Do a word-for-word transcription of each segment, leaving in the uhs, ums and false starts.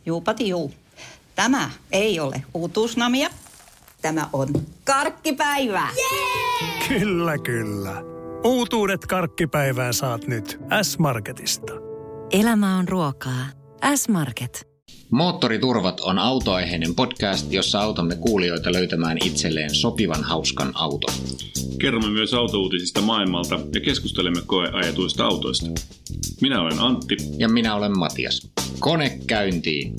Juupati juu. Tämä ei ole uutuusnamia. Tämä on karkkipäivää. Jee! Kyllä, kyllä. Uutuudet karkkipäivään saat nyt S-Marketista. Elämä on ruokaa. S-Market. Moottoriturvat on autoaiheinen podcast, jossa autamme kuulijoita löytämään itselleen sopivan hauskan auton. Kerromme myös autouutisista maailmalta ja keskustelemme koeajetuista autoista. Minä olen Antti. Ja minä olen Matias. Kone käyntiin!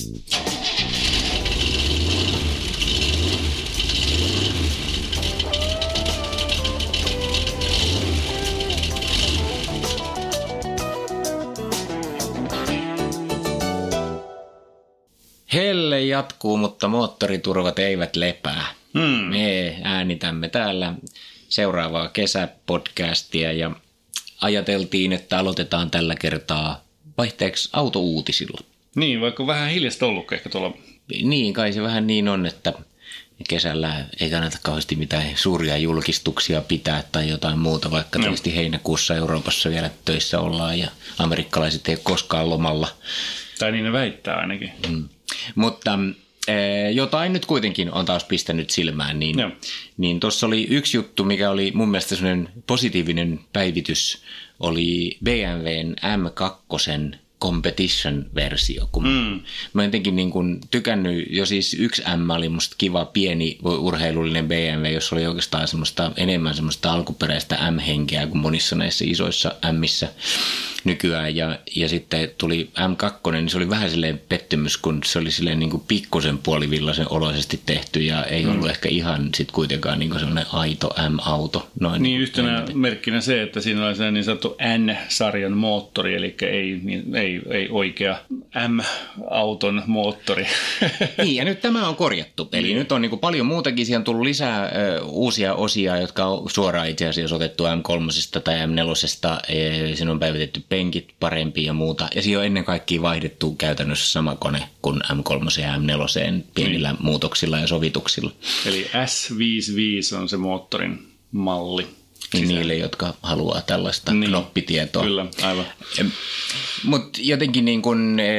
Helle jatkuu, mutta moottoriturvat eivät lepää. Hmm. Me äänitämme täällä seuraavaa kesäpodcastia ja ajateltiin, että aloitetaan tällä kertaa vaihteeksi autouutisilla. Niin, vaikka vähän hiljasta ollut ehkä tuolla. Niin, kai se vähän niin on, että kesällä ei kannata kauheasti mitään suuria julkistuksia pitää tai jotain muuta, vaikka no. tietysti heinäkuussa Euroopassa vielä töissä ollaan ja amerikkalaiset ei ole koskaan lomalla. Tai niin ne väittää ainakin. Hmm. Mutta jotain nyt kuitenkin on taas pistänyt silmään, niin, niin tuossa oli yksi juttu, mikä oli mun mielestä sellainen positiivinen päivitys, oli B M W:n M kaksi Competition-versio. Kun mm. mä jotenkin niin kun tykännyt, jo siis yksi M oli musta kiva pieni urheilullinen B M W, jossa oli oikeastaan semmoista, enemmän semmoista alkuperäistä M-henkeä kuin monissa näissä isoissa M'issä nykyään. Ja, ja sitten tuli M kaksi, niin se oli vähän silleen pettymys, kun se oli silleen niin kuin pikkusen puolivillaisen oloisesti tehty ja ei ollut mm. ehkä ihan sit kuitenkaan niin kuin sellainen aito M-auto. Noin niin yhtenä ennen. Merkkinä se, että siinä oli sellainen niin sanottu N-sarjan moottori, eli ei, niin, ei, ei oikea M-auton moottori. Niin, ja nyt tämä on korjattu. Eli niin. Nyt on niin kuin paljon muutakin. Siihen on tullut lisää ö, uusia osia, jotka on suoraan itse asiassa otettu M kolme tai M neljä. E, siinä on päivitetty penkit parempi ja muuta. Ja siinä on ennen kaikkea vaihdettu käytännössä sama kone kuin M kolme ja M neljä pienillä niin. muutoksilla ja sovituksilla. Eli S viisikymmentäviisi on se moottorin malli. Niin niille, jotka haluaa tällaista niin. knoppitietoa. Kyllä, aivan. Mutta jotenkin niin kuin, e,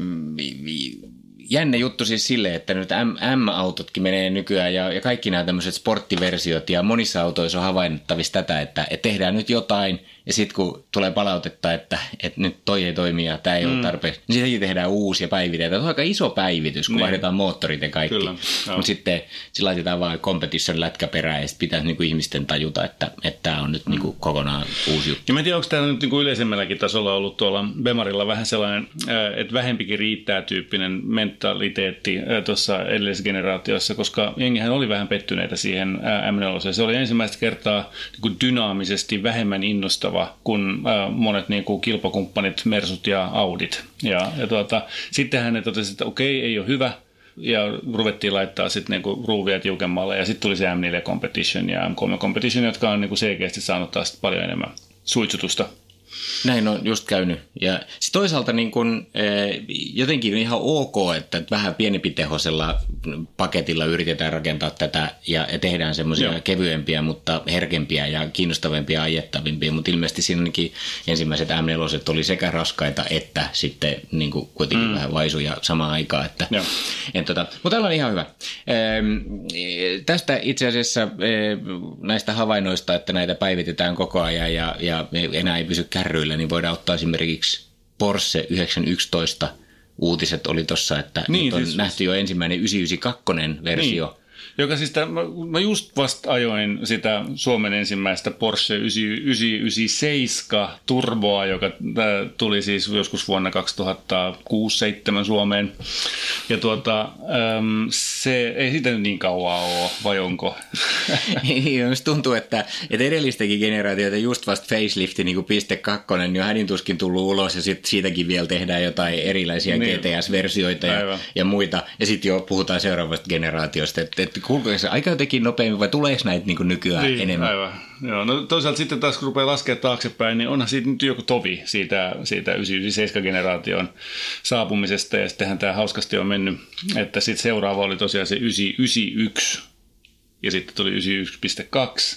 jännä juttu siis silleen, että nyt M-autotkin menee nykyään ja, ja kaikki nämä tämmöiset sporttiversiot ja monissa autoissa on havainnettavissa tätä, että, että tehdään nyt jotain ja sitten kun tulee palautetta, että, että nyt toi ei toimi ja tämä ei mm. ole tarpeeksi, niin siitäkin tehdään uusia päiviteitä. Se on aika iso päivitys, kun niin. vaihdetaan moottorit ja kaikki. Mutta sitten sit laitetaan vaan competition lätkä perään ja sitten pitäisi niinku ihmisten tajuta, että tämä on nyt mm. niinku kokonaan uusi juttu. Ja mä en tiedä, onko tämä nyt niinku yleisemmälläkin tasolla ollut tuolla Bemarilla vähän sellainen, että vähempikin riittää tyyppinen mentaliteetti tuossa edellisessä generaatiossa, koska jengihän oli vähän pettyneitä siihen M neljä. Se oli ensimmäistä kertaa niinku dynaamisesti vähemmän innostava kuin monet niin kuin kilpakumppanit, Mersut ja Audit. Ja, ja tuota, sittenhän ne totesivat, että okei, ei ole hyvä, ja ruvettiin laittaa sitten niinku ruuvia tiukemmalle, ja sitten tuli se M neljä Competition ja M kolme Competition, jotka on niinku selkeästi saanut taas paljon enemmän suitsutusta. Näin on just käynyt. Ja toisaalta niin kun, jotenkin on ihan ok, että vähän pienempitehoisella paketilla yritetään rakentaa tätä ja tehdään semmoisia kevyempiä, mutta herkempiä ja kiinnostavampia ajettavimpia. Mutta ilmeisesti siinäkin ensimmäiset M neljä oli sekä raskaita että sitten niin kuin kuitenkin mm. vähän vaisuja samaan aikaan. Että, en, tota, mutta täällä on ihan hyvä. Tästä itse asiassa näistä havainnoista, että näitä päivitetään koko ajan ja, ja enää ei pysy kärryillä, niin voidaan ottaa esimerkiksi Porsche yhdeksänsataayksitoista uutiset oli tuossa, että niin, nyt on siis nähty jo ensimmäinen yhdeksänsataayhdeksänkymmentäkaksi versio. Niin. Joka siis, tämän, mä just vasta ajoin sitä Suomen ensimmäistä Porsche yhdeksänsataayhdeksänkymmentäseitsemän Turboa, joka tuli siis joskus vuonna kaksituhattakuusi seitsemän Suomeen. Ja tuota, se ei sitä nyt niin kauan ole, vai onko? Minusta tuntuu, että, että edellistäkin generaatioita just vasta facelifti niin kuin piste kakkonen, niin on hädintuskin tullut ulos ja sit siitäkin vielä tehdään jotain erilaisia niin. G T S-versioita ja, ja muita. Ja sitten jo puhutaan seuraavasta generaatiosta, että, että kulkeeko se aika jotenkin nopeammin vai tuleeko näitä niin kuin nykyään niin, enemmän? Aivan. Joo, no toisaalta sitten taas kun rupeaa laskemaan taaksepäin, niin onhan siitä nyt joku tovi siitä, siitä yhdeksänsataayhdeksänkymmentäseitsemän-generaation saapumisesta ja sittenhän tämä hauskasti on mennyt, että sitten seuraava oli tosiaan se yhdeksänsataayhdeksänkymmentäyksi ja sitten tuli yhdeksänkymmentäyksi piste kaksi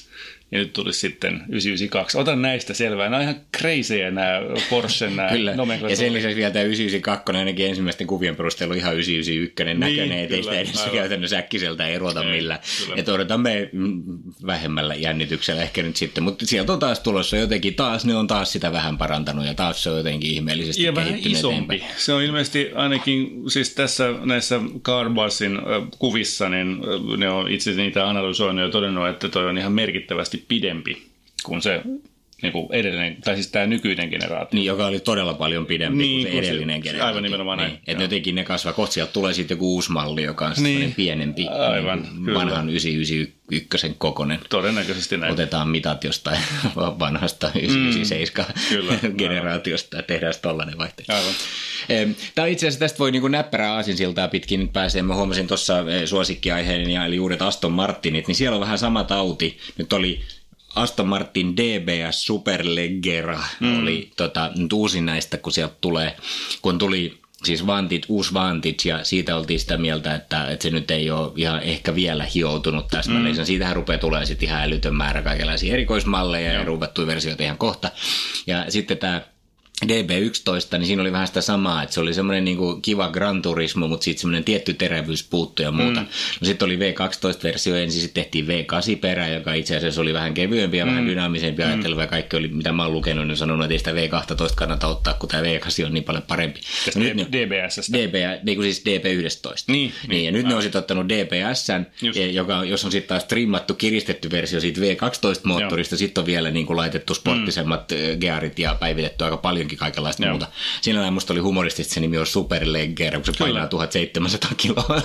ja nyt tulisi sitten yhdeksänsataayhdeksänkymmentäkaksi. Otan näistä selvää. Nämä on ihan crazyjä nämä Porschen nämä kyllä. Ja sen lisäksi vielä tämä yhdeksänsataayhdeksänkymmentäkaksi ainakin ensimmäisten kuvien perusteella ihan yhdeksänsataayhdeksänkymmentäyksi näköinen, niin, ettei sitä edes käytännössä äkkiseltä erota ei, millään. Kyllä. Että odotamme vähemmällä jännityksellä ehkä nyt sitten, mutta sieltä on taas tulossa jotenkin, taas ne on taas sitä vähän parantanut ja taas se on jotenkin ihmeellisesti ja kehittynyt vähän isompi. Eteenpäin. Se on ilmeisesti ainakin siis tässä näissä Carbarsin kuvissa, niin ne on itse niitä analysoinut ja todennut, että toi on ihan merkittävästi pidempi kuin se niin kuin edellinen, tai siis tämä nykyinen generaatio. Niin, joka oli todella paljon pidempi niin, kuin se edellinen se, generaatio. Aivan nimenomaan näin. Niin, että jotenkin ne kasvaa. Kohta sieltä tulee sitten joku uusi malli, joka on niin. pienempi. Aivan, niin vanhan yhdeksänsataayhdeksänkymmentäyksi kokonen. Todennäköisesti näin. Otetaan mitat jostain vanhasta yhdeksänsataayhdeksänkymmentäseitsemän mm, generaatiosta ja tehdään tollainen vaihteeksi. Aivan. Tämä itse asiassa tästä voi niin kuin näppärää aasinsiltaa pitkin nyt pääsee. Mä huomasin tuossa suosikkiaiheen, eli uudet Aston Martinit, niin siellä on vähän sama tauti. Nyt oli Aston Martin D B S Superleggera mm. oli tota, nyt uusin näistä, kun sieltä tulee, kun tuli siis Vantage, uusi Vantage, ja siitä oltiin sitä mieltä, että, että se nyt ei ole ihan ehkä vielä hioutunut täsmälleen. Mm. Siitähän rupeaa tulemaan sitten ihan älytön määrä kaikenlaisia erikoismalleja ja, ja ruuvattuja versioita ihan kohta. Ja sitten tämä D B yksitoista, niin siinä oli vähän sitä samaa, että se oli semmoinen niin kuin kiva Gran Turismo, mutta sitten semmoinen tietty terävyys puuttui ja muuta. Mm. No sitten oli V kaksitoista-versio ensin, sitten tehtiin V kahdeksan perä, joka itse asiassa oli vähän kevyempi ja mm. vähän dynaamisempi mm. ajattelua, ja kaikki oli, mitä mä oon lukenut, niin sanonut, että ei sitä V kaksitoista kannata ottaa, kun tämä V kahdeksan on niin paljon parempi. No D- nyt, D B S:stä? D B, niin kuin siis D B yksitoista. Niin, niin, niin ja nyt ne on sitten ottanut D B S:n, joka, jos on sitten taas trimmattu, kiristetty versio siitä V kaksitoista-moottorista, sitten on vielä niin kuin laitettu sporttisemmat mm. gearit ja päivitetty aika paljonkin kaikenlaista Joo. muuta. Siinä musta oli humoristisesti, se nimi on Superleggera, kun se Kyllä. painaa tuhatseitsemänsataa kiloa.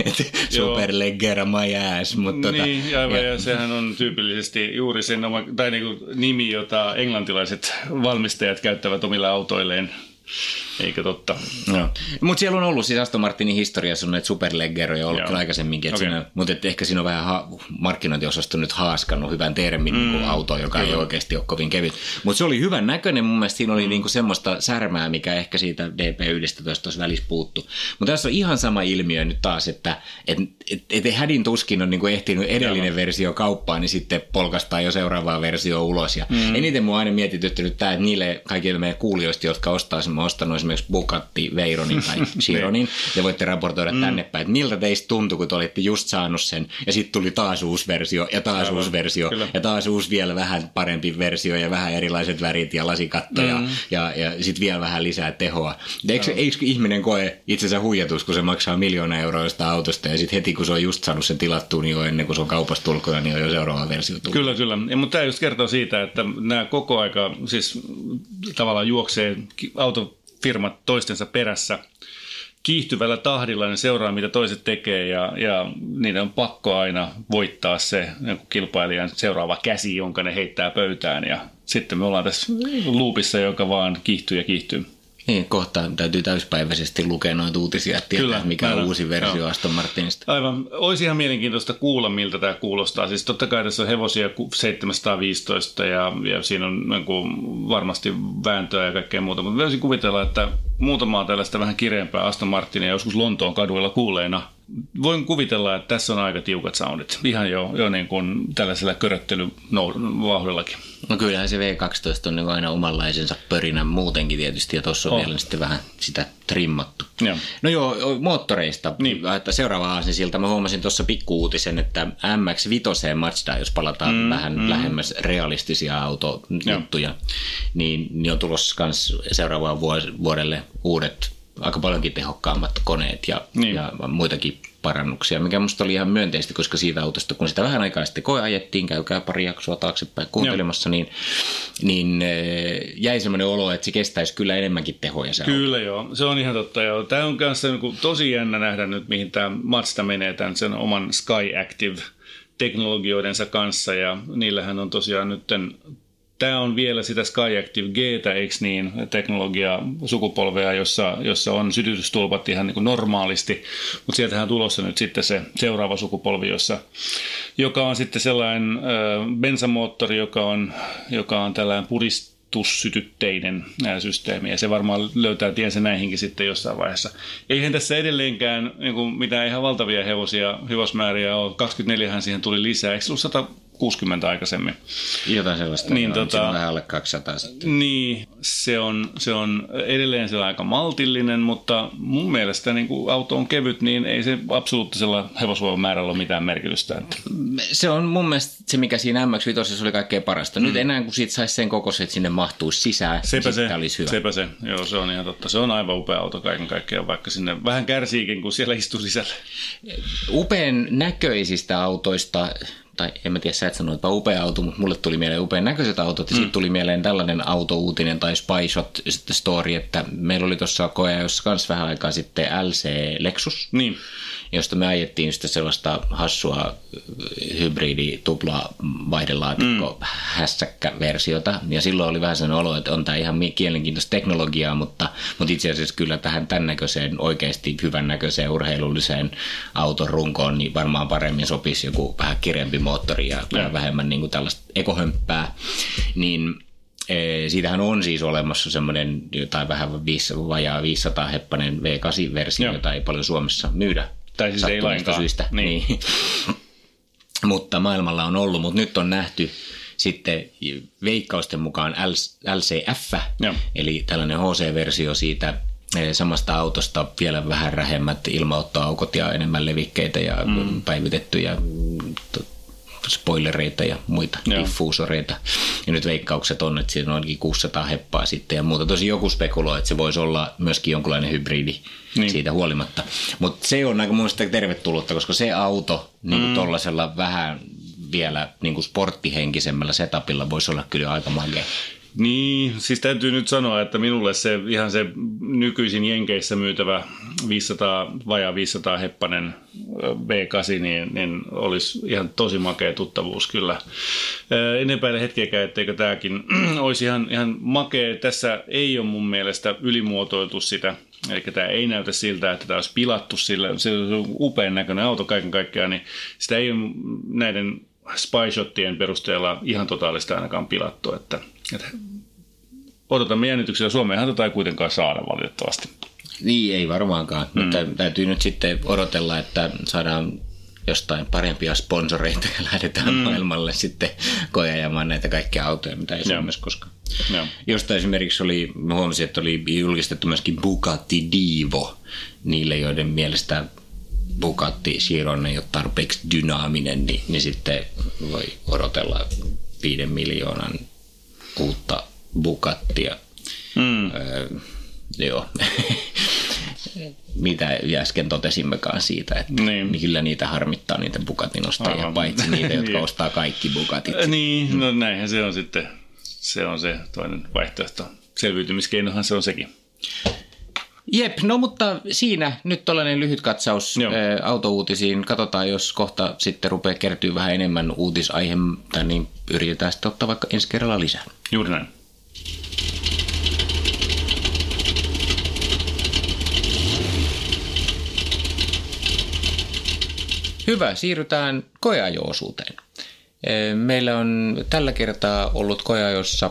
Superleggera my ass. Mutta niin, tota, aivan, ja, ja sehän on tyypillisesti juuri sen oma, tai niin kuin nimi, jota englantilaiset valmistajat käyttävät omilla autoilleen. Eikö totta? No. Mutta siellä on ollut siis Aston Martinin historiassa on näitä superleggeroja ollut kyllä aikaisemminkin, okay. siinä, mutta et ehkä siinä on vähän ha- markkinointiosasto nyt haaskannut hyvän termin mm, niin auto, joka kyllä. ei oikeasti ole kovin kevyt. Mutta se oli hyvän näköinen, mun mielestä siinä oli mm. niinku semmoista särmää, mikä ehkä siitä D P yksitoista tuossa välissä puuttu. Mutta tässä on ihan sama ilmiö nyt taas, että et, et, et hädin tuskin on niinku ehtinyt edellinen Jaa. versio kauppaan, niin sitten polkastaa jo seuraavaa versio ulos. Ja mm. eniten mua aina mietityttänyt tämä, että niille kaikille meidän kuulijoista, jotka ostaa ostanut esimerkiksi Bugatti Veyronin tai Chironin, ja voitte raportoida mm. tänne päin, että miltä teistä tuntui, kun te olitte just saanut sen, ja sitten tuli taas uusi versio, ja taas Aivan. uusi versio, Kyllä. ja taas uusi vielä vähän parempi versio, ja vähän erilaiset värit ja lasikatto, mm. ja, ja, ja sitten vielä vähän lisää tehoa. Eikö, eikö ihminen koe itsensä huijatus, kun se maksaa miljoona euroa jostain autosta, ja sitten heti, kun se on just saanut sen tilattua, niin jo ennen kuin se on kaupasta tulkona, niin on jo seuraava versio tullut. Kyllä, kyllä. Ja, mutta tämä just kertoo siitä, että nämä koko aika siis tavallaan juoksee auto firmat toistensa perässä kiihtyvällä tahdilla, ne seuraa mitä toiset tekee ja, ja niiden on pakko aina voittaa se kilpailijan seuraava käsi, jonka ne heittää pöytään ja sitten me ollaan tässä loopissa, joka vaan kiihtyy ja kiihtyy. Niin, kohta täytyy täyspäiväisesti lukea noita uutisia, että tietää, mikä on uusi versio joo. Aston Martinista. Aivan. Olisi ihan mielenkiintoista kuulla, miltä tämä kuulostaa. Siis totta kai tässä on hevosia seitsemänsataaviisitoista ja, ja siinä on niin kuin, varmasti vääntöä ja kaikkea muuta, mutta voisin kuvitella, että muutamaa tällaista vähän kireempää Aston Martinia joskus Lontoon kaduilla kuuleena. Voin kuvitella, että tässä on aika tiukat soundit. Ihan jo, jo niin kuin tällaisella köröttelyvauhdillakin. No kyllähän se V kaksitoista on niin aina omanlaisensa pörinä muutenkin tietysti, ja tuossa on oh. vielä sitten vähän sitä trimmattu. Joo. No joo, moottoreista. Niin. Seuraava aasin siltä. Mä huomasin tuossa pikku-uutisen, että M X viisi Mazda, jos palataan mm, vähän mm. lähemmäs realistisia autojuttuja, niin, niin on tulossa myös seuraavaan vuodelle uudet aika paljonkin tehokkaammat koneet ja, niin. ja muitakin parannuksia, mikä musta oli ihan myönteistä, koska siitä autosta, kun sitä vähän aikaa sitten koe ajettiin, käykää pari jaksoa taaksepäin kuuntelemassa, niin, niin jäi semmoinen olo, että se kestäisi kyllä enemmänkin tehoja. Se kyllä auto. Joo, se on ihan totta. Joo. Tämä on kanssa tosi jännä nähdä nyt, mihin tämä Mazda menee tämän sen oman Sky Active-teknologioidensa kanssa, ja niillähän on tosiaan nyt tämä on vielä sitä SkyActiv G:tä, eikö niin, teknologiaa, sukupolvea, jossa, jossa on sytytystulpat ihan niin kuin normaalisti, mutta sieltähän on tulossa nyt sitten se seuraava sukupolvi, jossa, joka on sitten sellainen ö, bensamoottori, joka on, joka on tällainen puristussytytteinen systeemi, ja se varmaan löytää tiensä näihinkin sitten jossain vaiheessa. Eihän tässä edelleenkään niin kuin mitään ihan valtavia hevosia, hevosmääriä ole, kaksikymmentäneljähän siihen tuli lisää, eikö se ollut sata kuusikymmentä aikaisemmin. Jotain sellaista, niin, joo, tota, se on vähän alle kaksisataa sitten. Niin, se on, se on edelleen sillä aika maltillinen, mutta mun mielestä niin kun auto on kevyt, niin ei se absoluuttisella hevosvoimamäärällä ole mitään merkitystä. Se on mun mielestä se, mikä siinä M X viisi oli kaikkein parasta. Nyt mm. enää kun siitä saisi sen kokoisen, että sinne mahtuisi sisään, sepä se, olisi hyvä. Sepä se, joo, se on ihan totta. Se on aivan upea auto kaiken kaikkiaan, vaikka sinne vähän kärsiikin, kun siellä istuu sisällä. Upean näköisistä autoista, tai en mä tiedä, sä et sanoa, että upea auto, mutta mulle tuli mieleen upean näköiset autot, ja mm. sitten tuli mieleen tällainen autouutinen tai Spyshot story, että meillä oli tuossa koeajossa kanssa vähän aikaa sitten L C Lexus, niin. josta me ajettiin sitä sellaista hassua hybridi tupla vaihdelaatikko mm. hässäkkäversiota, ja silloin oli vähän sellainen olo, että on tämä ihan mielenkiintoista teknologiaa, mutta, mutta itse asiassa kyllä tähän tämän näköiseen oikeasti hyvän näköiseen urheilulliseen auton runkoon niin varmaan paremmin sopisi joku vähän kirempi moottori ja vähän vähemmän niin kuin tällaista ekohömppää, niin e, siitähän on siis olemassa semmoinen jotain vähän viisi, vajaa viisisataa heppainen V kahdeksan-versio, jota ei paljon Suomessa myydä. Tai siis ei lainkaan. Syistä. Niin. Niin. Mutta maailmalla on ollut, mutta nyt on nähty sitten veikkausten mukaan L C F, ja. Eli tällainen H C-versio siitä samasta autosta, vielä vähän rähemmät ilmaottoaukot ja enemmän levikkeitä ja mm. päivitettyjä spoilereita ja muita Joo. diffuusoreita. Ja nyt veikkaukset on, että siinä on ainakin kuusisataa heppaa sitten ja muuta. Tosi joku spekuloi, että se voisi olla myöskin jonkunlainen hybridi niin. siitä huolimatta. Mutta se on aika mun mielestä tervetullutta, koska se auto niin kuin mm. tollasella vähän vielä niin kuin sporttihenkisemmällä setupilla voisi olla kyllä aika magea. Niin, siis täytyy nyt sanoa, että minulle se ihan se nykyisin Jenkeissä myytävä viisisataa, vajaa viisisataa heppanen V kahdeksan, niin, niin olisi ihan tosi makea tuttavuus kyllä. En epäile hetkeäkään, etteikö tämäkin olisi ihan, ihan makea. Tässä ei ole mun mielestä ylimuotoiltu sitä. Eli tämä ei näytä siltä, että tämä olisi pilattu sillä. Se on upean näköinen auto kaiken kaikkiaan, niin sitä ei ole näiden Spyshottien perusteella ihan totaalista ainakaan pilattu, että, että odotamme jännityksellä. Suomeenhan tätä ei kuitenkaan saada valitettavasti. Niin, ei varmaankaan. Mm. Mutta täytyy nyt sitten odotella, että saadaan jostain parempia sponsoreita ja lähdetään mm. maailmalle sitten koeajamaan näitä kaikkia autoja, mitä ei Suomessa koskaan. Ja. Josta esimerkiksi oli, huomasin, että oli julkistettu myöskin Bugatti Divo niille, joiden mielestä Bugatti Chiron ei ole tarpeeksi dynaaminen, niin, niin sitten voi odotella viiden miljoonan uutta Bugattia. Mm. Öö, joo. Mitä äsken totesimmekaan siitä, että niin. kyllä niitä harmittaa niitä Bugatin ostajia, Aha. paitsi niitä, jotka niin. ostaa kaikki Bugatit. Niin, no näinhän se on sitten. Se on se toinen vaihtoehto. Selviytymiskeinohan se on sekin. Jep, no mutta siinä nyt tällainen lyhyt katsaus Joo. ä, autouutisiin. Katsotaan, jos kohta sitten rupeaa kertyä vähän enemmän uutisaihetta, niin yritetään sitten ottaa vaikka ensi kerralla lisää. Juuri näin. Hyvä, siirrytään koeajo-osuuteen. Meillä on tällä kertaa ollut koeajossa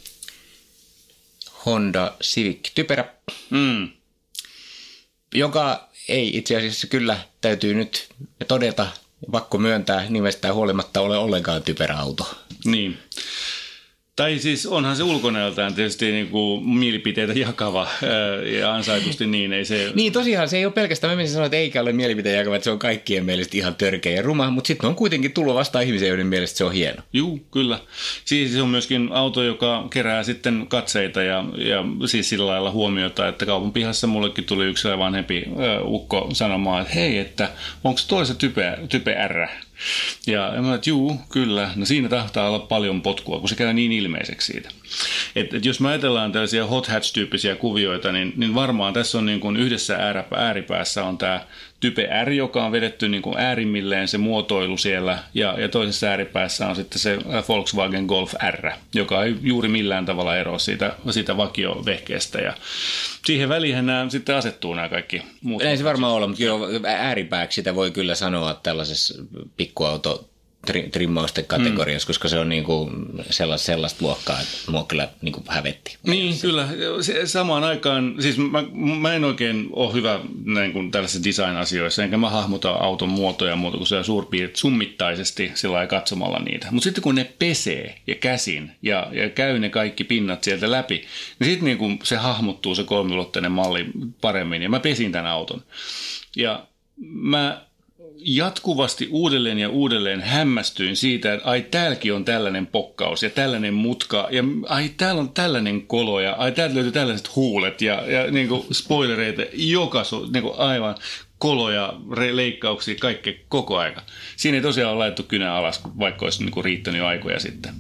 Honda Civic Typerä, mm. joka ei itse asiassa kyllä täytyy nyt todeta, pakko myöntää nimestään huolimatta ole ollenkaan typerä auto. Niin. Tai siis onhan se ulkonäöltään tietysti niin kuin mielipiteitä jakava ja ansaitusti niin. Ei se... Niin tosiaan se ei ole pelkästään, mä menisin sanoa, että eikä ole mielipiteitä jakava, että se on kaikkien mielestä ihan törkeä ja ruma, mutta sitten on kuitenkin tullut vastaan ihmisiä, joiden mielestä se on hieno. Juu, kyllä. Siis se on myöskin auto, joka kerää sitten katseita ja, ja siis sillä lailla huomiota, että kaupan pihassa mullekin tuli yksi vanhempi äh, ukko sanomaan, että hei, että onko toisa type, type R? Ja mä että juu, kyllä. No siinä tahtaa olla paljon potkua, kun se käy niin ilmeiseksi siitä. Et, et jos me ajatellaan tällaisia hot hatch-tyyppisiä kuvioita, niin, niin varmaan tässä on niin kuin yhdessä ääripäässä on tämä Type R, joka on vedetty niin kuin äärimmilleen se muotoilu siellä, ja, ja toisessa ääripäässä on sitten se Volkswagen Golf R, joka ei juuri millään tavalla eroa siitä, siitä vakiovehkeestä. Ja siihen väliin nämä sitten asettuu nämä kaikki muut. Ei se varmaan ole, mutta joo, ääripääksi sitä voi kyllä sanoa tällaisessa pikkuauto trimmausten kategoriassa, mm. koska se on niinku sellaista, sellaista luokkaa, että mua kyllä niinku hävetti. Niin, se. Kyllä. Se, samaan aikaan, siis mä, mä en oikein ole hyvä näin kuin tällaisissa design-asioissa, enkä mä hahmota auton muotoja muuta kuin siellä suurpiirteet summittaisesti sillä lailla katsomalla niitä. Mutta sitten kun ne pesee ja käsin ja, ja käy ne kaikki pinnat sieltä läpi, niin sitten niinku se hahmottuu se kolmiulotteinen malli paremmin. Ja mä pesin tämän auton. Ja mä jatkuvasti uudelleen ja uudelleen hämmästyin siitä, että ai täälläkin on tällainen pokkaus ja tällainen mutka ja ai täällä on tällainen kolo ja ai täältä löytyy tällaiset huulet ja, ja niin kuin spoilereita joka niin kuin aivan koloja, leikkauksia, kaikkea koko aika. Siinä ei tosiaan ole laitettu kynä alas, vaikka olisi niin kuin riittänyt jo aikoja sitten.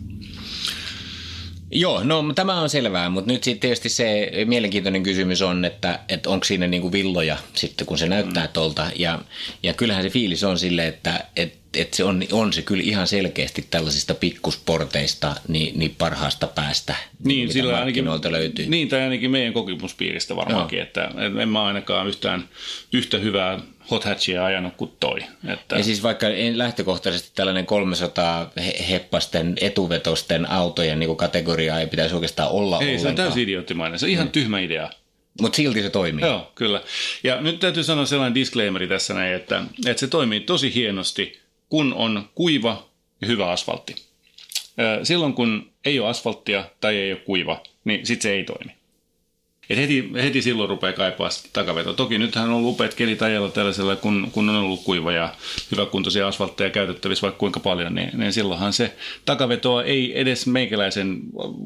Joo, no tämä on selvää, mutta nyt sitten tietysti se mielenkiintoinen kysymys on, että, että onko siinä niinku villoja sitten, kun se näyttää mm. tuolta. Ja, ja kyllähän se fiilis on sille, että et, et se on, on se kyllä ihan selkeästi tällaisista pikkusporteista niin, niin parhaasta päästä, niin, mitä sillä markkinoilta ainakin, löytyy. Niin, tai ainakin meidän kokemuspiiristä varmaankin, no. että en mä ainakaan yhtään yhtä hyvää hot hatchia ajanut kuin toi. Että... Ja siis vaikka lähtökohtaisesti tällainen kolmesataa heppasten etuvetosten autojen niin kategoriaa ei pitäisi oikeastaan olla ei, ollenkaan. Se on täysin idioottimainen. Se on ihan mm. tyhmä idea. Mutta silti se toimii. Joo, kyllä. Ja nyt täytyy sanoa sellainen disclaimeri tässä näin, että, että se toimii tosi hienosti, kun on kuiva ja hyvä asfaltti. Silloin kun ei ole asfalttia tai ei ole kuiva, niin sitten se ei toimi. Et heti, heti silloin rupeaa kaipaa takavetoa. Toki nythän on ollut upeat kelit ajalla tällaisella, kun, kun on ollut kuiva ja hyväkuntoisia asfaltteja käytettävissä vaikka kuinka paljon, niin, niin silloinhan se takavetoa ei edes meikäläisen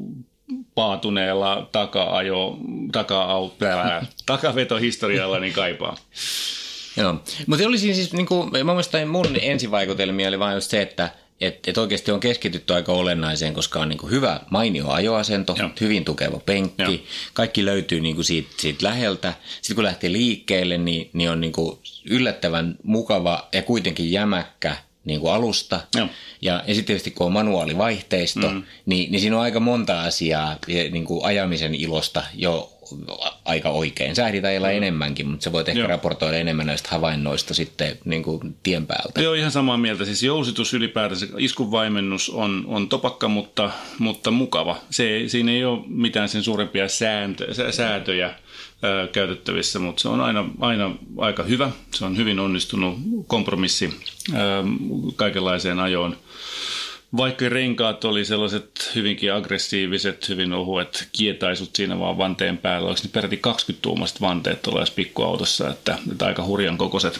paatuneella taka-ajo, taka- takavetohistorialla niin kaipaa. Joo, mutta olisin siis, niin kuin, mä muistan mun ensivaikutelmia oli vain just se, että Että et oikeasti on keskitytty aika olennaiseen, koska on niinku hyvä mainio ajoasento, Joo. hyvin tukeva penkki, Joo. kaikki löytyy niinku siitä, siitä läheltä. Sitten kun lähtee liikkeelle, niin, niin on niinku yllättävän mukava ja kuitenkin jämäkkä niinku alusta. Joo. Ja, ja sitten tietysti kun on manuaalivaihteisto, mm. niin, niin siinä on aika monta asiaa niinku ajamisen ilosta jo aika oikein. Sä ehdit ajella mm. enemmänkin, mutta sä voit ehkä Joo. raportoida enemmän näistä havainnoista sitten niin kuin tien päältä. Joo, ihan samaa mieltä. Siis jousitus ylipäätänsä, iskunvaimennus on, on topakka, mutta, mutta mukava. Se, siinä ei ole mitään sen suurempia sääntö, säätöjä ää, käytettävissä, mutta se on aina, aina aika hyvä. Se on hyvin onnistunut kompromissi ää, kaikenlaiseen ajoon. Vaikka renkaat oli sellaiset hyvinkin aggressiiviset, hyvin ohuet kietaisut siinä vaan vanteen päällä, oliko ne peräti kaksikymmentä-tuumaiset vanteet tuollaisessa pikkuautossa, että, että aika hurjan kokoiset.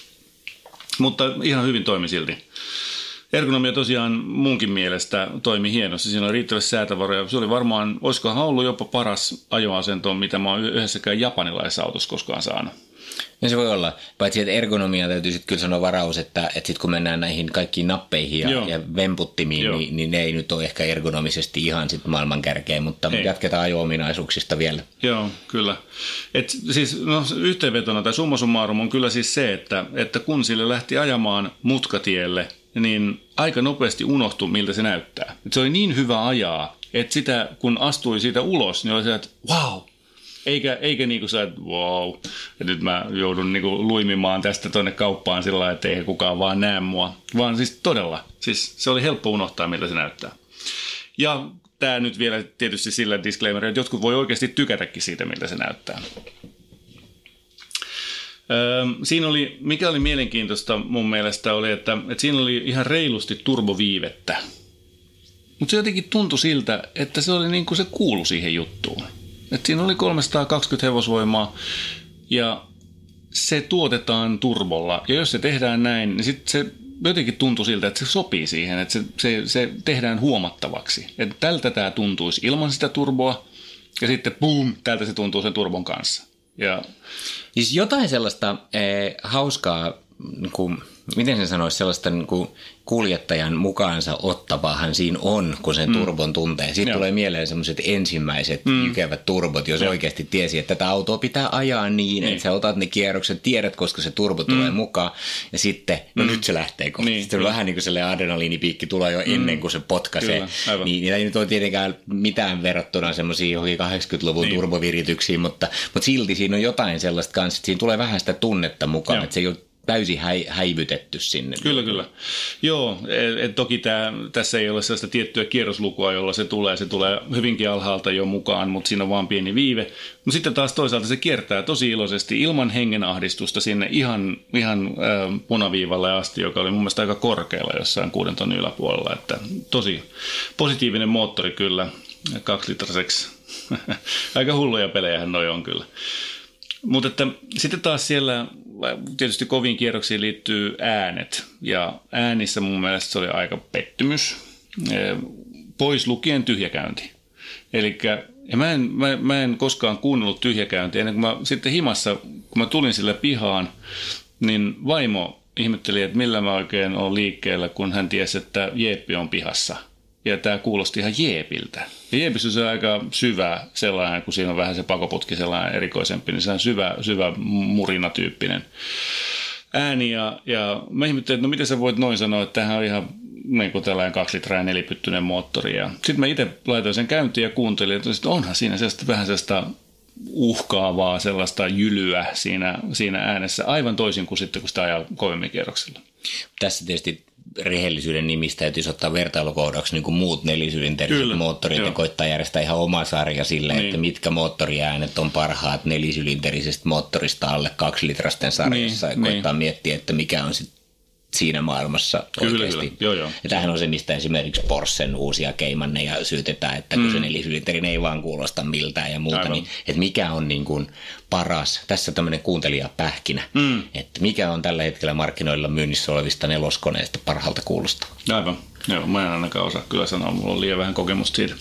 Mutta ihan hyvin toimi silti. Ergonomia tosiaan munkin mielestä toimi hienosti. Siinä oli riittävästi säätövaroja. Se oli varmaan, olisikohan ollut jopa paras ajoasento, mitä mä oon yhdessäkään japanilaisessa autossa koskaan saanut. No se voi olla, paitsi että ergonomia täytyy sitten kyllä sanoa varaus, että, että sitten kun mennään näihin kaikkiin nappeihin ja, ja vemputtimiin, niin, niin ne ei nyt ole ehkä ergonomisesti ihan sit maailman kärkeen, mutta ei. Jatketaan ajo-ominaisuuksista vielä. Joo, kyllä. Et siis no, yhteenvetona tai summa summarum on kyllä siis se, että, että kun sille lähti ajamaan mutkatielle, niin aika nopeasti unohtui, miltä se näyttää. Et se oli niin hyvä ajaa, että sitä kun astui siitä ulos, niin oli se, että wow! Eikä, eikä niin kuin sä, että wow, ja nyt mä joudun niin kuin luimimaan tästä tuonne kauppaan sillä lailla, että ei kukaan vaan näe mua. Vaan siis todella, siis se oli helppo unohtaa, miltä se näyttää. Ja tämä nyt vielä tietysti sillä disclaimerilla, että jotkut voi oikeasti tykätäkin siitä, miltä se näyttää. Öö, siinä oli, mikä oli mielenkiintoista mun mielestä, oli, että, että siinä oli ihan reilusti turboviivettä. Mutta se jotenkin tuntui siltä, että se oli niin kuin se kuului siihen juttuun. Et siinä oli kolmesataakaksikymmentä hevosvoimaa ja se tuotetaan turbolla. Ja jos se tehdään näin, niin sit se jotenkin tuntui siltä, että se sopii siihen, että se, se, se tehdään huomattavaksi. Että tältä tämä tuntuisi ilman sitä turboa ja sitten boom, tältä se tuntuu sen turbon kanssa. Ja... Siis jotain sellaista eh, hauskaa, niin kuin, miten sen sanoisi, sellaista niin kuin kuljettajan mukaansa ottavaahan siinä on, kun sen mm. turbon tuntee. Siitä Joo. tulee mieleen sellaiset ensimmäiset mm. jykevät turbot, jos Joo. oikeasti tiesi, että tätä autoa pitää ajaa niin, niin, että sä otat ne kierrokset, tiedät, koska se turbo mm. tulee mukaan, ja sitten, no mm. nyt se lähtee kohti. Niin, sitten vähän niin kuin sellainen adrenaliinipiikki tulee jo mm. ennen kuin se potkaisee. Kyllä, niin, niin ei nyt ole tietenkään mitään verrattuna semmoisiin johonkin kahdeksankymmentäluvun niin. turbovirityksiin, mutta, mutta silti siinä on jotain sellaista kanssa, että siinä tulee vähän sitä tunnetta mukaan, Joo. että se ei ole täysin häi, häivytetty sinne. Kyllä, kyllä. Joo, et, et toki tää, tässä ei ole sellaista tiettyä kierroslukua, jolla se tulee. Se tulee hyvinkin alhaalta jo mukaan, mutta siinä on vaan pieni viive. No sitten taas toisaalta se kiertää tosi iloisesti ilman hengenahdistusta sinne ihan, ihan äh, punaviivalle asti, joka oli mun mielestä aika korkealla jossain kuuden tonnin yläpuolella. Että tosi positiivinen moottori kyllä, kaksilitraseksi. Aika hulluja pelejähän noi on kyllä. Mutta että sitten taas siellä tietysti koviin kierroksiin liittyy äänet, ja äänissä mun mielestä se oli aika pettymys, pois lukien tyhjäkäynti. Elikkä mä en, mä, mä en koskaan kuunnellut tyhjäkäyntiä, ennen kuin mä sitten himassa, kun mä tulin sille pihaan, niin vaimo ihmetteli, että millä mä oikein olen liikkeellä, kun hän tiesi, että Jeeppi on pihassa. Ja tämä kuulosti ihan Jeepiltä. Ja Jeepissä on se aika syvä sellainen, kun siinä on vähän se pakoputki sellainen erikoisempi, niin se on syvä, syvä murinatyyppinen ääni. Ja, ja mä ihmettelin, että no miten sä voit noin sanoa, että tämähän on ihan niin kuin tällainen kaksi litraa ja nelipyttyinen moottori. Sitten mä itse laitoin sen käyntiin ja kuuntelin, että onhan siinä sellaista, vähän sellaista uhkaavaa sellaista jylyä siinä, siinä äänessä, aivan toisin kuin sitten, kun sitä ajaa kovemmin kierroksilla. Tässä tietysti rehellisyyden nimistä täytyisi ottaa vertailukohdaksi niin kuin muut nelisylinteriset moottorit ja koittaa järjestää ihan oma sarja sille, niin. Että mitkä moottoriäänet on parhaat nelisylinterisestä moottorista alle kaksi litrasten sarjassa niin, ja koittaa niin. miettiä, että mikä on sitten siinä maailmassa kyllä, oikeasti. Kyllä. Joo, joo. Ja tämähän on se, mistä esimerkiksi Porschen uusia keimanneja syytetään, että kun mm. se nelisylinterin ei vaan kuulosta miltään ja muuta, aivan. Niin että mikä on niin kuin paras, tässä tämmöinen kuuntelijapähkinä, mm. että mikä on tällä hetkellä markkinoilla myynnissä olevista neloskoneista parhaalta kuulostaa. Aivan, joo, mä en ainakaan osaa kyllä sanoa, mulla on liian vähän kokemusta siitä.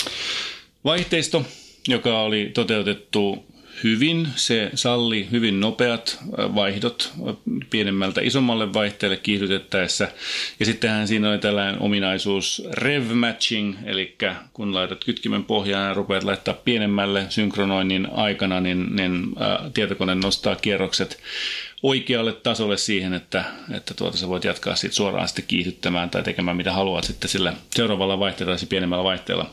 Vaihteisto, joka oli toteutettu hyvin, se salli hyvin nopeat vaihdot pienemmältä isommalle vaihteelle kiihdytettäessä. Ja sittenhän siinä oli tällainen ominaisuus rev matching, eli kun laitat kytkimen pohjaan ja rupeat laittaa pienemmälle synkronoinnin aikana, niin, niin ä, tietokone nostaa kierrokset oikealle tasolle siihen, että, että tuota sä voit jatkaa siitä suoraan sitten kiihdyttämään tai tekemään mitä haluat sitten sillä seuraavalla vaihteella tai pienemmällä vaihteella.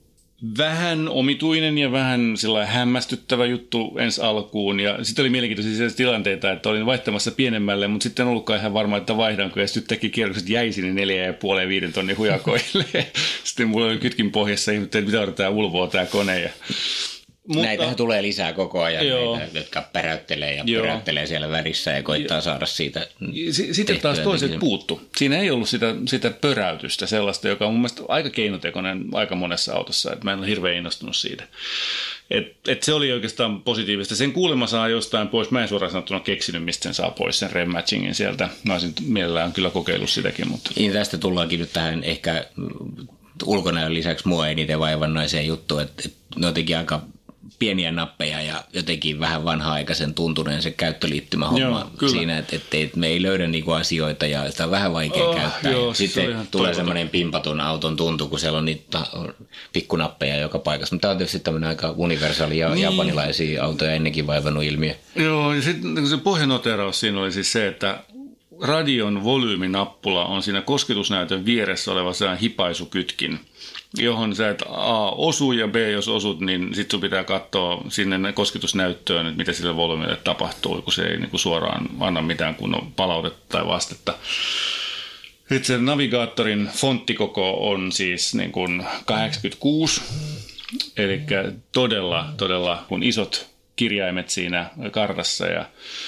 Vähän omituinen ja vähän sellainen hämmästyttävä juttu ensi alkuun. Ja sitten oli mielenkiintoisia tilanteita, että olin vaihtamassa pienemmälle, mutta sitten en ollutkaan ihan varma, että vaihdanko. Ja sitten yhtäkkiä kierrokset jäi sinne neljä ja puoleen viiden tonnin hujakoille. Sitten mulla oli kytkin pohjassa ihmettä, että mitä odotetaan ulvoa tämä kone. Ja mutta näitähän tulee lisää koko ajan, näitä, jotka päräyttelee ja joo. päräyttelee siellä värissä ja koittaa saada siitä. Sitten taas toiset niin puuttu. Siinä ei ollut sitä, sitä pöräytystä sellaista, joka on mun mielestä aika keinotekoinen aika monessa autossa. Että mä en ole hirveän innostunut siitä. Et, et se oli oikeastaan positiivista. Sen kuulemma saa jostain pois. Mä en suoraan sanottuna keksinyt, mistä sen saa pois sen rev matchingin sieltä. Mä olisin mielellään kyllä kokeillut sitäkin. Mutta niin tästä tullaankin nyt tähän ehkä ulkonäön lisäksi mua eniten vaivannaiseen juttuun, että, että ne jotenkin aika pieniä nappeja ja jotenkin vähän vanha-aikaisen tuntuneen se käyttöliittymähomma siinä, että, että, että me ei löydä niinku asioita ja sitä on vähän vaikea oh, käyttää. Joo, sitten se tulee semmoinen pimpatun auton tuntu, kun siellä on niitä pikkunappeja joka paikassa. Mutta tämä on tietysti tämmöinen aika universaali ja niin. japanilaisia autoja ennenkin vaivannut ilmiö. Joo, ja sitten se pohjanoteraus siinä oli siis se, että radion volyyminappula on siinä kosketusnäytön vieressä oleva sellainen hipaisukytkin, johon sä et A osu ja B jos osut, niin sit sun pitää katsoa sinne kosketusnäyttöön, että mitä sille volyymille tapahtuu, kun se ei niin kuin suoraan anna mitään kunnon palautetta tai vastetta. Sitten se navigaattorin fonttikoko on siis niin kuin kahdeksankymmentäkuusi, eli todella, todella kun isot kirjaimet siinä kartassa ja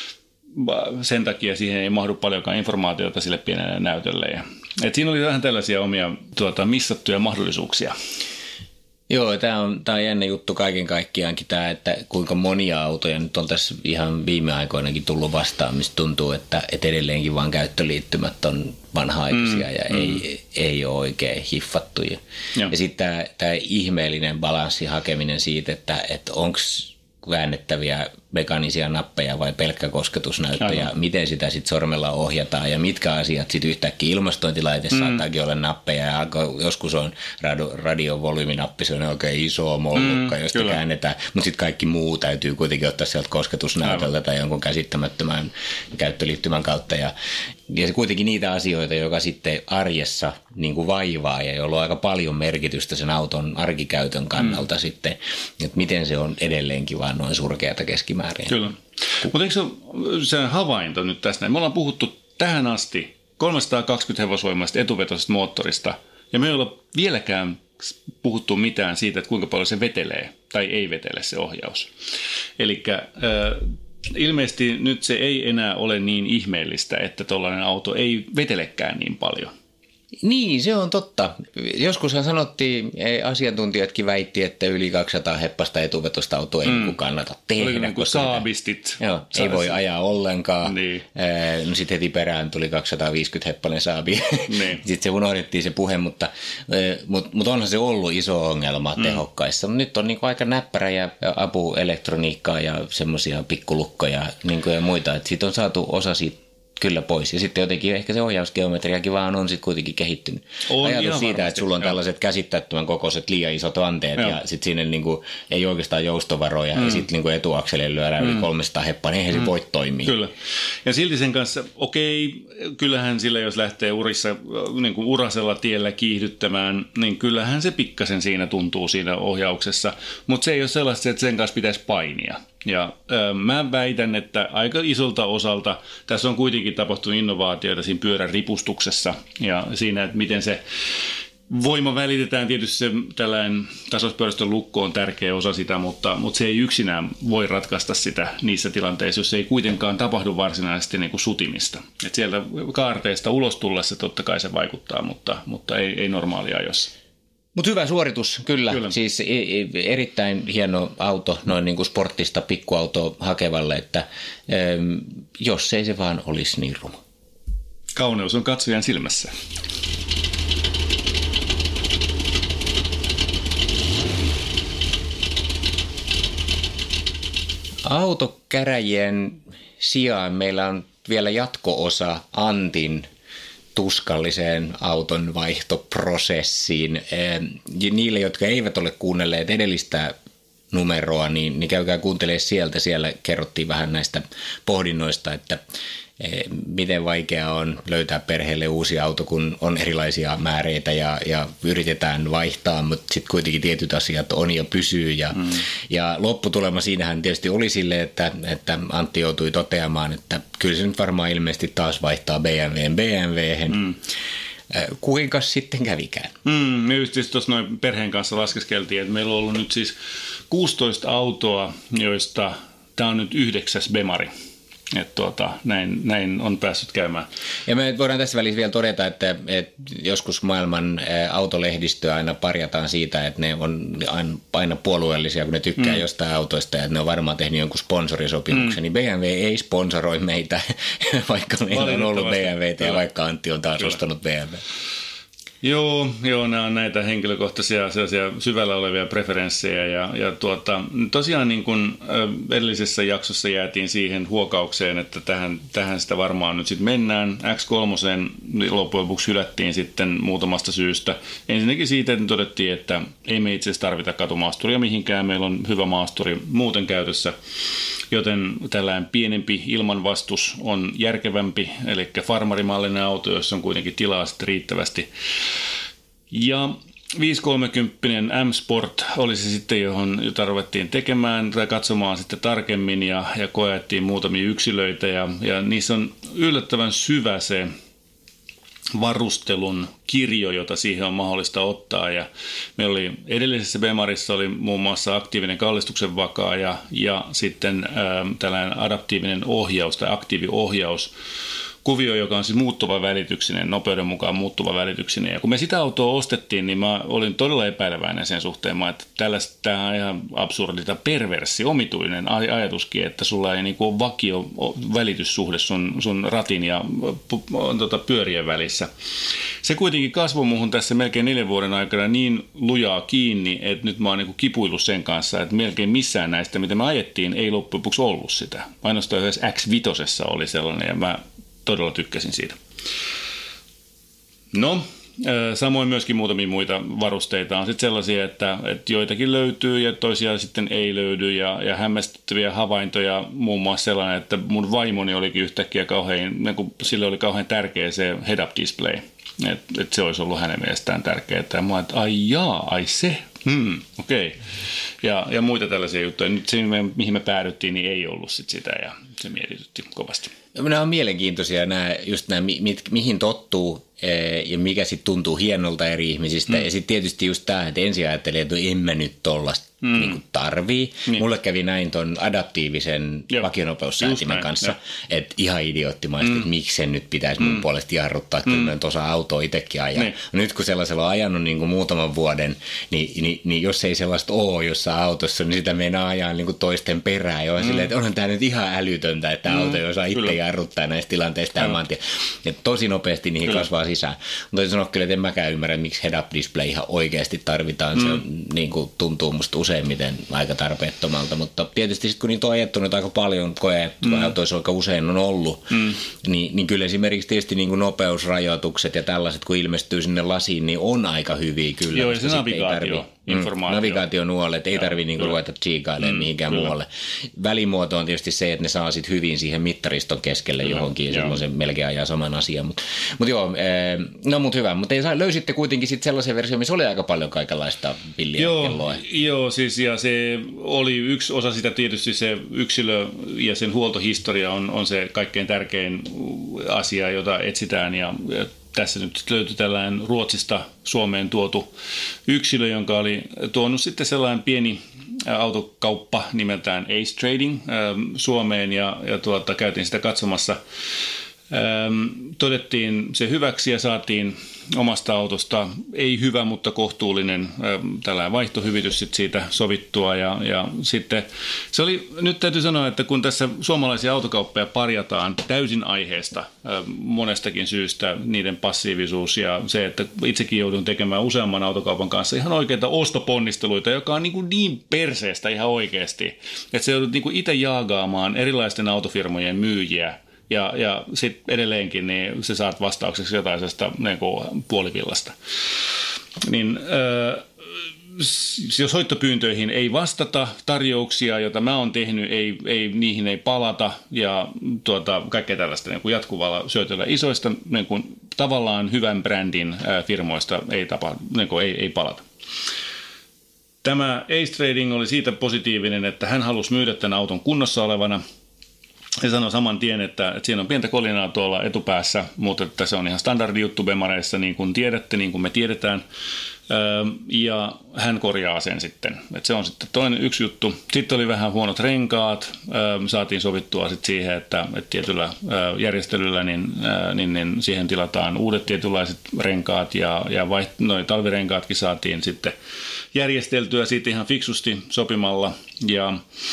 sen takia siihen ei mahdu paljonkaan informaatiota sille pienelle näytölle. Et siinä oli vähän tällaisia omia tuota, missattuja mahdollisuuksia. Joo, tämä on, tämä on jännä juttu kaiken kaikkiaankin tämä, että kuinka monia autoja nyt on tässä ihan viime aikoinakin tullut vastaan, mistä tuntuu, että, että edelleenkin vaan käyttöliittymät on vanha-aikaisia mm, ja mm. Ei, ei ole oikein hiffattuja. Ja, ja sitten tämä, tämä ihmeellinen balanssi hakeminen siitä, että, että onko väännettäviä mekaanisia nappeja vai pelkkä kosketusnäyttö aivan. Ja miten sitä sitten sormella ohjataan ja mitkä asiat sitten yhtäkkiä ilmastointilaite mm. saattaakin olla nappeja ja joskus on radio, radion volyyminappi, se on oikein iso mollukka, mm, josta kyllä. käännetään, mutta sitten kaikki muu täytyy kuitenkin ottaa sieltä kosketusnäytöltä tai jonkun käsittämättömän käyttöliittymän kautta ja, ja se kuitenkin niitä asioita, joka sitten arjessa niin kuin vaivaa ja jolla on aika paljon merkitystä sen auton arkikäytön kannalta mm. sitten, että miten se on edelleenkin vaan noin surkeata keskimäärin. Kyllä. Mutta eikö se ole se havainto nyt tästä? Me ollaan puhuttu tähän asti kolmesataakaksikymmentä hevosvoimaisesta etuvetoisesta moottorista, ja me ei olla vieläkään puhuttu mitään siitä, että kuinka paljon se vetelee tai ei vetele se ohjaus. Eli äh, ilmeisesti nyt se ei enää ole niin ihmeellistä, että tuollainen auto ei vetelekään niin paljon. Niin, se on totta. Joskushan sanottiin, asiantuntijatkin väitti, että yli kaksisataa heppasta etuvetosta autoa ei mm. kannata tehdä. Oliko niin kuin saabistit? Joo, ei voi ajaa ollenkaan. Niin. No sitten heti perään tuli kaksisataaviisikymmentä heppainen saabi. Niin. Sitten se unohdettiin se puhe, mutta, mutta, mutta onhan se ollut iso ongelma mm. tehokkaissa. Nyt on niin kuin aika näppärä ja apuelektroniikkaa ja semmoisia pikkulukkoja niin kuin ja muita. Että siitä on saatu osa siitä kyllä pois. Ja sitten jotenkin ehkä se ohjausgeometriakin vaan on sitten kuitenkin kehittynyt. On ajatus siitä, varmasti, että sulla on jo. tällaiset käsittämättömän kokoiset liian isot vanteet jo. ja sitten siinä niinku ei oikeastaan joustovaroja mm. ja sitten niinku etuakselille lyödään mm. yli kolmesataa heppaa, niin eihän mm. se voi toimia. Kyllä. Ja silti sen kanssa, okei, kyllähän sillä jos lähtee urissa, niinku urasella tiellä kiihdyttämään, niin kyllähän se pikkasen siinä tuntuu siinä ohjauksessa, mutta se ei ole sellaista, että sen kanssa pitäisi painia. Ja ö, mä väitän, että aika isolta osalta tässä on kuitenkin tapahtunut innovaatioita siinä pyörän ripustuksessa ja siinä, että miten se voima välitetään. Tietysti se tällainen tasauspyörästön lukko on tärkeä osa sitä, mutta, mutta se ei yksinään voi ratkaista sitä niissä tilanteissa, jos ei kuitenkaan tapahdu varsinaisesti niin kuin sutimista. Et sieltä kaarteesta ulos tullessa totta kai se vaikuttaa, mutta, mutta ei, ei normaalia ajossa. Mutta hyvä suoritus, kyllä. kyllä. Siis erittäin hieno auto, noin niin kuin sporttista pikkuautoa hakevalle, että ähm, jos ei se vaan olisi niin ruma. Kauneus on katsojan silmässä. Autokäräjien sijaan meillä on vielä jatko-osa Antin tuskalliseen auton vaihtoprosessiin. Ja niille, jotka eivät ole kuunnelleet edellistä numeroa, niin, niin käykää kuuntelemaan sieltä. Siellä kerrottiin vähän näistä pohdinnoista, että miten vaikeaa on löytää perheelle uusi auto, kun on erilaisia määreitä ja, ja yritetään vaihtaa, mutta sitten kuitenkin tietyt asiat on ja pysyy. Ja, mm. ja lopputulema siinähän tietysti oli sille, että, että Antti joutui toteamaan, että kyllä se nyt varmaan ilmeisesti taas vaihtaa B M W:n B M W:hen. Mm. Kuinka sitten kävikään? Mm, me just tuossa noin perheen kanssa laskeskeltiin, että meillä on ollut nyt siis kuusitoista autoa, joista tämä on nyt yhdeksäs Bemari. Että tuota, näin, näin on päässyt käymään. Ja me voidaan tässä välissä vielä todeta, että, että joskus maailman autolehdistöä aina parjataan siitä, että ne on aina puolueellisia, kun ne tykkää mm. jostain autoista ja että ne on varmaan tehnyt jonkun sponsorisopimuksen. Mm. Niin B M W ei sponsoroi meitä, vaikka meillä on ollut B M W:tä ja vaikka Antti on taas Kyllä. ostanut B M W. Joo, joo, nämä on näitä henkilökohtaisia syvällä olevia preferenssejä ja, ja tuota, tosiaan niin kuin edellisessä jaksossa jäätiin siihen huokaukseen, että tähän, tähän sitä varmaan nyt sitten mennään. X kolme loppujen lopuksi hylättiin sitten muutamasta syystä. Ensinnäkin siitä, että todettiin, että ei me itse asiassa tarvita katumaasturia mihinkään, meillä on hyvä maasturi muuten käytössä. Joten tällainen pienempi ilmanvastus on järkevämpi, eli farmarimallinen auto, jossa on kuitenkin tilaa sitten riittävästi. Ja viisikolmekymmentä M-Sport oli se sitten, johon, jota ruvettiin tekemään tai katsomaan sitten tarkemmin ja, ja koettiin muutamia yksilöitä ja, ja niissä on yllättävän syvä se varustelun kirjo, jota siihen on mahdollista ottaa. Ja meillä oli edellisessä Bemarissa oli muun muassa aktiivinen kallistuksen vakaaja ja sitten ää, tällainen adaptiivinen ohjaus tai aktiiviohjaus. Kuvio, joka on siis muuttuva välityksinen, nopeuden mukaan muuttuva välityksinen. Ja kun me sitä autoa ostettiin, niin mä olin todella epäileväinen sen suhteen, että tällaista, tämä on ihan absurdi tai perverssi, omituinen ajatuskin, että sulla ei niin kuin ole vakio välityssuhde sun, sun ratin ja tota, pyörien välissä. Se kuitenkin kasvoi muuhun tässä melkein neljän vuoden aikana niin lujaa kiinni, että nyt mä oon niin kuin kipuillut sen kanssa, että melkein missään näistä, mitä me ajettiin, ei loppujen lopuksi ollut sitä. Ainoastaan yhdessä X viisi oli sellainen ja mä todella tykkäsin siitä. No, Samoin myöskin muutamia muita varusteita on sitten sellaisia, että, että joitakin löytyy ja toisia sitten ei löydy ja, ja hämmästyttäviä havaintoja, muun muassa sellainen, että mun vaimoni olikin yhtäkkiä kauhean, niin kuin sille oli kauhean tärkeä se head-up display, että, että se olisi ollut hänen mielestään tärkeää. Ja mä että ai jaa, ai se, hmm, okei. Okay. Ja, ja muita tällaisia juttuja. Nyt se, mihin me päädyttiin, niin ei ollut sit sitä ja se mietitytti kovasti. Nämä on mielenkiintoisia, nämä, just nämä, mi, mi, mihin tottuu ja mikä sitten tuntuu hienolta eri ihmisistä. Mm. Ja sitten tietysti just tämä, että ensin ajattelin, että en mä nyt tollasta mm. niin tarvii. Niin. Mulle kävi näin ton adaptiivisen vakionopeussäätimen kanssa, että ihan idioottimaisesti, mm. että miksi sen nyt pitäisi mun mm. puolesta jarruttaa, että mm. kyllä mä tuossa autoa itsekin ajan. Niin. Nyt kun sellaisella on ajanut niin kuin muutaman vuoden, niin, niin, niin jos ei sellaista ole jossain autossa, niin sitä meinaa ajaa niin kuin toisten perään. Jo mm. silleen, että onhan tämä nyt ihan älytöntä, että mm. auto ei osaa itse jarruttaa näistä tilanteista. Ja maantie. Ja tosi nopeasti niihin kyllä. kasvaa sisään. Mutta toisin sanoa kyllä, että en mäkään ymmärrä, miksi head-up-display ihan oikeasti tarvitaan. Mm. Se on, niin kuin, tuntuu musta useimmiten aika tarpeettomalta, mutta tietysti sitten kun niitä on ajettunut aika paljon, koeautoissa mm. aika usein on ollut, mm. niin, niin kyllä esimerkiksi tietysti niin kuin nopeusrajoitukset ja tällaiset, kun ilmestyy sinne lasiin, niin on aika hyviä kyllä. Joo, ja se navigaatio. Informaatio. Navigaationuolet, ei tarvitse niinku ruveta tsiikailemaan mm, mihinkään kyllä. muualle. Välimuoto on tietysti se, että ne saa sit hyvin siihen mittariston keskelle kyllä. johonkin, silloin se melkein ajaa saman asian. Mutta mut joo, ee, no mut hyvä. Mutta löysitte kuitenkin sit sellaisen version, missä oli aika paljon kaikenlaista pilliä joo, kelloa. Joo, siis ja se oli yksi osa sitä tietysti se yksilö ja sen huoltohistoria on, on se kaikkein tärkein asia, jota etsitään ja tässä nyt löytyi tällainen Ruotsista Suomeen tuotu yksilö, jonka oli tuonut sitten sellainen pieni autokauppa nimeltään Ace Trading Suomeen ja, ja tuota, käytiin sitä katsomassa. Todettiin se hyväksi ja saatiin omasta autosta, ei hyvä, mutta kohtuullinen tällainen vaihtohyvitys sit siitä sovittua ja, ja sitten se oli, nyt täytyy sanoa, että kun tässä suomalaisia autokauppoja parjataan täysin aiheesta monestakin syystä, niiden passiivisuus ja se, että itsekin joudun tekemään useamman autokaupan kanssa ihan oikeita ostoponnisteluita, joka on niin, kuin niin perseestä ihan oikeasti, että se joudut niin kuin itse jaagaamaan erilaisten autofirmojen myyjiä. Ja, ja sitten edelleenkin niin sä saat vastaukseksi jotain sellaista niin kuin puolivillasta. Niin, äh, jos hoitopyyntöihin ei vastata, tarjouksia, joita mä oon tehnyt, ei, ei, niihin ei palata ja tuota, kaikkea tällaista niin kuin jatkuvalla syötöllä isoista niin kuin tavallaan hyvän brändin äh, firmoista ei, tapa, niin kuin ei, ei palata. Tämä Ace Trading oli siitä positiivinen, että hän halusi myydä tämän auton kunnossa olevana. Se sanoi saman tien, että, että siinä on pientä kolinaa tuolla etupäässä, mutta että se on ihan standardi juttu Bemareissa, niin kuin tiedätte, niin kuin me tiedetään. Ja hän korjaa sen sitten. Että se on sitten toinen yksi juttu. Sitten oli vähän huonot renkaat. Saatiin sovittua sitten siihen, että, että tietyllä järjestelyllä niin, niin, niin siihen tilataan uudet tietynlaiset renkaat ja, ja vaiht- noi talvirenkaatkin saatiin sitten järjesteltyä siitä ihan fiksusti sopimalla. Ja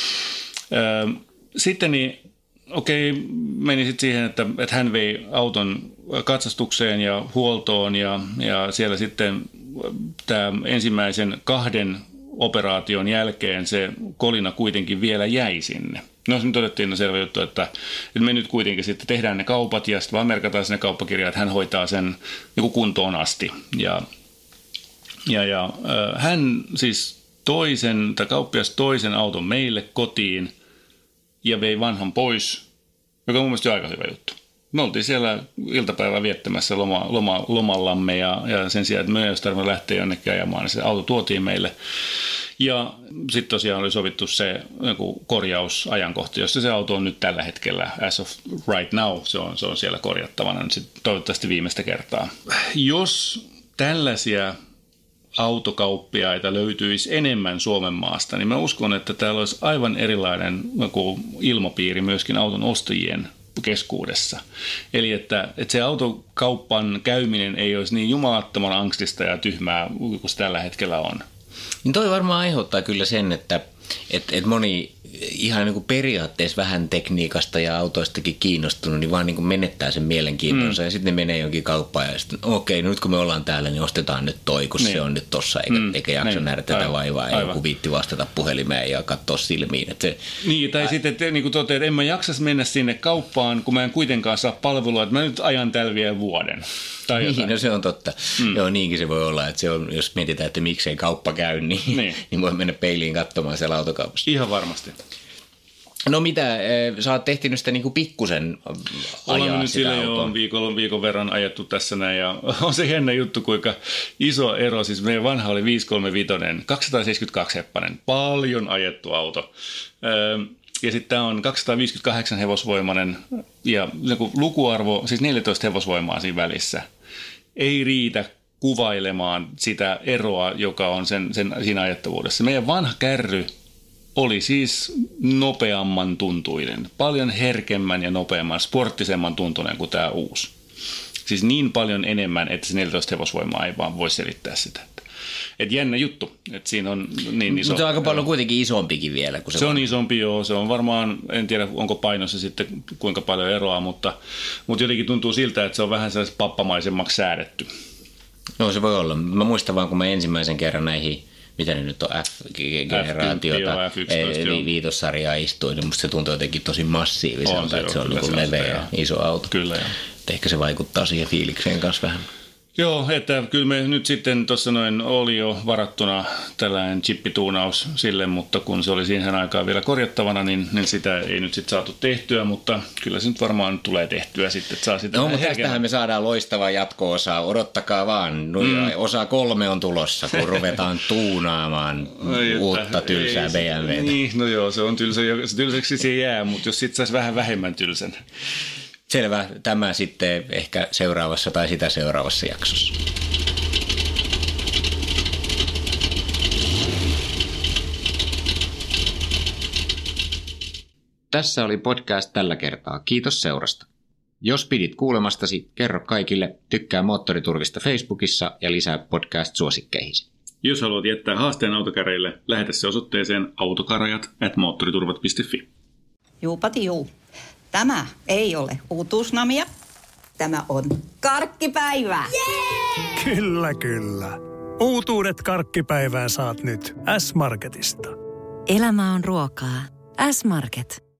äh, sitten niin okei, meni sitten siihen, että, että hän vei auton katsastukseen ja huoltoon ja, ja siellä sitten tämä ensimmäisen kahden operaation jälkeen se kolina kuitenkin vielä jäi sinne. No se nyt todettiin no selvä juttu, että, että me nyt kuitenkin sitten tehdään ne kaupat ja sitten vaan merkataan sinne kauppakirjaan, että hän hoitaa sen joku kuntoon asti. Ja, ja, ja äh, hän siis toisen, tai kauppias toisen auton meille kotiin ja vei vanhan pois, joka on mun mielestä aika hyvä juttu. Me oltiin siellä iltapäivää viettämässä loma, loma, lomallamme ja, ja sen sijaan, että me ei olisi tarvinnut lähteä jonnekin ajamaan, niin se auto tuotiin meille. Ja sitten tosiaan oli sovittu se korjausajankohta, jossa se auto on nyt tällä hetkellä, as of right now, se on, se on siellä korjattavana nyt sit toivottavasti viimeistä kertaa. Jos tällaisia autokauppiaita löytyisi enemmän Suomen maasta, niin mä uskon, että täällä olisi aivan erilainen ilmapiiri myöskin auton ostajien keskuudessa. Eli että, että se autokauppan käyminen ei olisi niin jumalattoman angstista ja tyhmää kuin se tällä hetkellä on. Niin toi varmaan aiheuttaa kyllä sen, että et, et moni ihan niin kuin periaatteessa vähän tekniikasta ja autoistakin kiinnostunut, niin vaan niin kuin menettää sen mielenkiintonsa. Mm. Ja sitten ne menee jonkin kauppaan ja sitten, okei, no nyt kun me ollaan täällä, niin ostetaan nyt toi, kun niin. se on nyt tossa, eikä, mm. eikä jaksa niin. nähdä tätä aivan. vaivaa, ei joku viitti vastata puhelimeen ja katsoa silmiin. Että se, niin, tai ä... sitten, että niin kuin toteat, että en mä jaksas mennä sinne kauppaan, kun mä en kuitenkaan saa palvelua, että mä nyt ajan täällä vielä vuoden. Tai niin, no se on totta. Mm. Joo, niinkin se voi olla, että se on, jos mietitään, että miksei kauppa käy, niin, niin. niin voi mennä peiliin katsomaan siellä autokaupassa. Ihan varmasti. No mitä, sä oot tehtinyt sitä niinku pikkusen ajaa Ollaan nyt sitä sille jo viikon, viikon verran ajettu tässä näin ja on se jännä juttu, kuinka iso ero. Siis meidän vanha oli viisi kolmekymmentäviisi, kaksisataaseitsemänkymmentäkaksi heppanen, paljon ajettu auto. Ja sitten tämä on kaksisataaviisikymmentäkahdeksan hevosvoimainen ja lukuarvo, siis neljätoista hevosvoimaa siinä välissä. Ei riitä kuvailemaan sitä eroa, joka on sen, sen, siinä ajettavuudessa. Meidän vanha kärry oli siis nopeamman tuntuinen, paljon herkemmän ja nopeamman, sporttisemman tuntuinen kuin tämä uusi. Siis niin paljon enemmän, että se neljätoista hevosvoimaa ei vaan voi selittää sitä. Että jännä juttu, että siinä on niin iso. Mutta se on aika paljon kuitenkin isompikin vielä. Kuin se se on isompi, joo. Se on varmaan, en tiedä onko painossa sitten kuinka paljon eroa, mutta, mutta jotenkin tuntuu siltä, että se on vähän sellaisen pappamaisemmaksi säädetty. No se voi olla. Mä muistan vaan, kun mä ensimmäisen kerran näihin, mitä ne nyt on, F-generaatiota, viitossarjaa istuin, niin musta se tuntuu jotenkin tosi massiiviselta, että se on niin leveä ja iso auto. Kyllä, joo. Ehkä se vaikuttaa siihen fiilikseen kanssa vähän. Joo, että kyllä me nyt sitten tuossa noin oli jo varattuna tällainen chippituunaus sille, mutta kun se oli siihen aikaan vielä korjattavana, niin, niin sitä ei nyt sitten saatu tehtyä, mutta kyllä se nyt varmaan tulee tehtyä sitten, että saa sitä. No, mutta tästähän me saadaan loistavaa jatko-osaa, odottakaa vaan, no, mm. osa kolme on tulossa, kun ruvetaan tuunaamaan no, uutta tylsää B M W:tä. Niin, no joo, se on tylsä, se tylsäksi se jää, mutta jos sitten saisi vähän vähemmän tylsän. Selvä, tämä sitten ehkä seuraavassa tai sitä seuraavassa jaksossa. Tässä oli podcast tällä kertaa. Kiitos seurasta. Jos pidit kuulemastasi, kerro kaikille, tykkää Moottoriturvista Facebookissa ja lisää podcast-suosikkeihisi. Jos haluat jättää haasteen autokäreille, lähetä se osoitteeseen autokarajat at moottoriturvat piste fi. Juupati juu. Tämä ei ole uutuusnamia. Tämä on karkkipäivää. Jee! Kyllä, kyllä. Uutuudet karkkipäivään saat nyt S-Marketista. Elämä on ruokaa. S-Market.